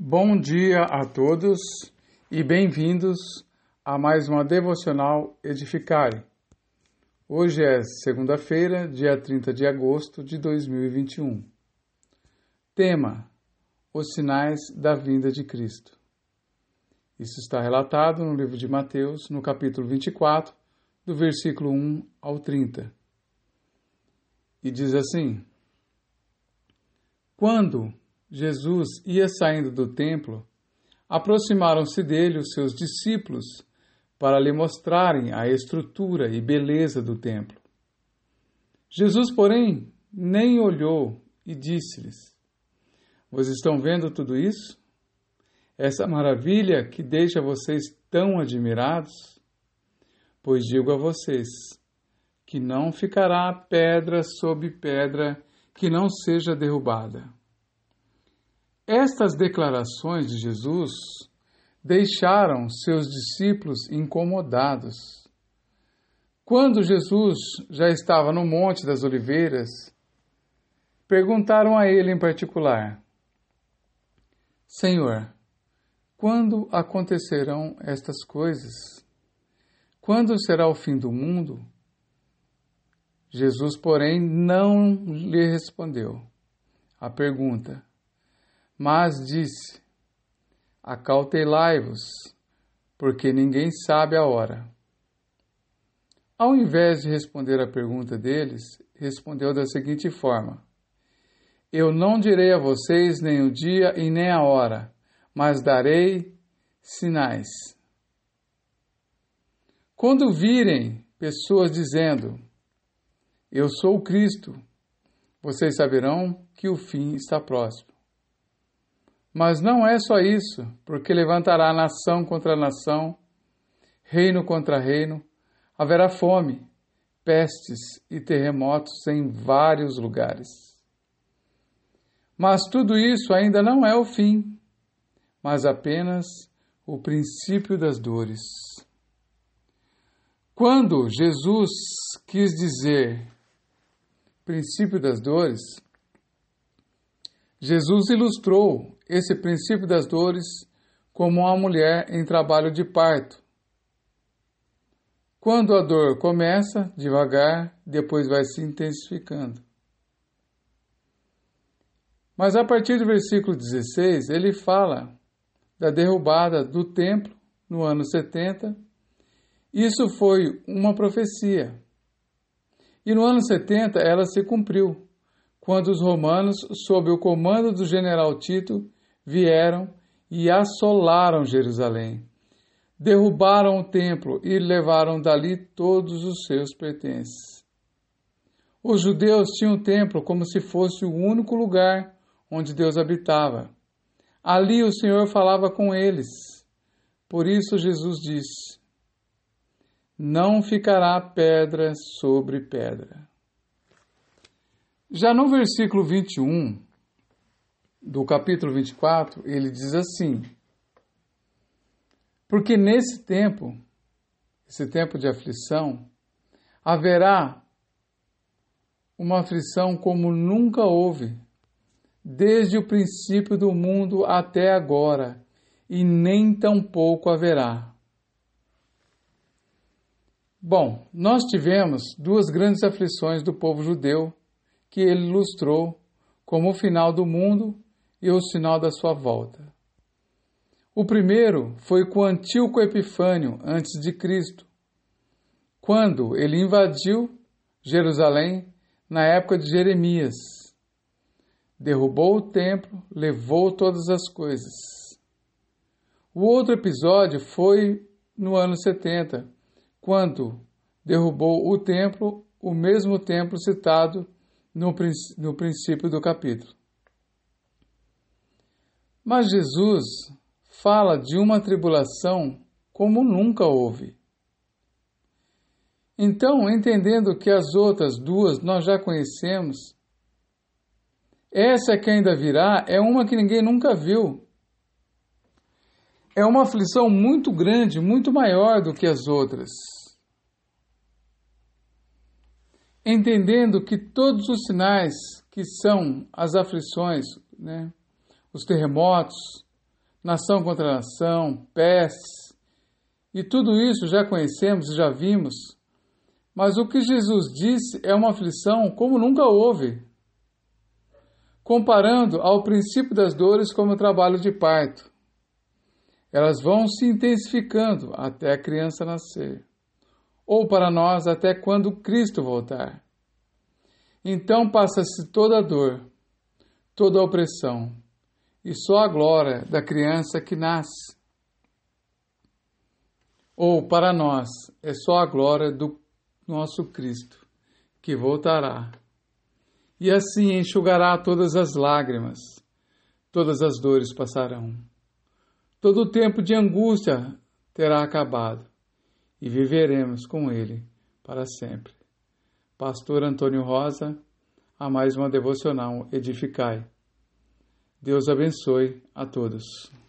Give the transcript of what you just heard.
Bom dia a todos e bem-vindos a mais uma Devocional Edificare. Hoje é segunda-feira, dia 30 de agosto de 2021. Tema: Os sinais da vinda de Cristo. Isso está relatado no livro de Mateus, no capítulo 24, do versículo 1 ao 30. E diz assim: Quando Jesus ia saindo do templo, aproximaram-se dele os seus discípulos para lhe mostrarem a estrutura e beleza do templo. Jesus, porém, nem olhou e disse-lhes: Vocês estão vendo tudo isso? Essa maravilha que deixa vocês tão admirados? Pois digo a vocês que não ficará pedra sobre pedra que não seja derrubada. Estas declarações de Jesus deixaram seus discípulos incomodados. Quando Jesus já estava no Monte das Oliveiras, perguntaram a ele em particular: Senhor, quando acontecerão estas coisas? Quando será o fim do mundo? Jesus, porém, não lhe respondeu a pergunta, mas disse: Acautelai-vos, porque ninguém sabe a hora. Ao invés de responder à pergunta deles, respondeu da seguinte forma: Eu não direi a vocês nem o dia e nem a hora, mas darei sinais. Quando virem pessoas dizendo: Eu sou o Cristo, vocês saberão que o fim está próximo. Mas não é só isso, porque levantará nação contra nação, reino contra reino, haverá fome, pestes e terremotos em vários lugares. Mas tudo isso ainda não é o fim, mas apenas o princípio das dores. Quando Jesus quis dizer princípio das dores, Jesus ilustrou esse princípio das dores como uma mulher em trabalho de parto. Quando a dor começa, devagar, depois vai se intensificando. Mas a partir do versículo 16, ele fala da derrubada do templo no ano 70. Isso foi uma profecia. E no ano 70 ela se cumpriu, quando os romanos, sob o comando do general Tito, vieram e assolaram Jerusalém. Derrubaram o templo e levaram dali todos os seus pertences. Os judeus tinham o templo como se fosse o único lugar onde Deus habitava. Ali o Senhor falava com eles. Por isso Jesus disse: Não ficará pedra sobre pedra. Já no versículo 21 do capítulo 24, ele diz assim: Porque nesse tempo, esse tempo de aflição, haverá uma aflição como nunca houve, desde o princípio do mundo até agora, e nem tampouco haverá. Bom, nós tivemos duas grandes aflições do povo judeu, que ele ilustrou como o final do mundo e o sinal da sua volta. O primeiro foi com Antíoco Epifânio, antes de Cristo, quando ele invadiu Jerusalém na época de Jeremias. Derrubou o templo, levou todas as coisas. O outro episódio foi no ano 70, quando derrubou o templo, o mesmo templo citado no princípio do capítulo. Mas Jesus fala de uma tribulação como nunca houve. Então, entendendo que as outras duas nós já conhecemos, essa que ainda virá é uma que ninguém nunca viu. É uma aflição muito grande, muito maior do que as outras. Entendendo que todos os sinais que são as aflições, os terremotos, nação contra nação, pestes, e tudo isso já conhecemos e já vimos. Mas o que Jesus disse é uma aflição como nunca houve, comparando ao princípio das dores como o trabalho de parto. Elas vão se intensificando até a criança nascer, ou para nós até quando Cristo voltar. Então passa-se toda a dor, toda a opressão, e só a glória da criança que nasce. Ou para nós é só a glória do nosso Cristo, que voltará. E assim enxugará todas as lágrimas, todas as dores passarão. Todo o tempo de angústia terá acabado e viveremos com Ele para sempre. Pastor Antônio Rosa, a mais uma devocional Edificai. Deus abençoe a todos.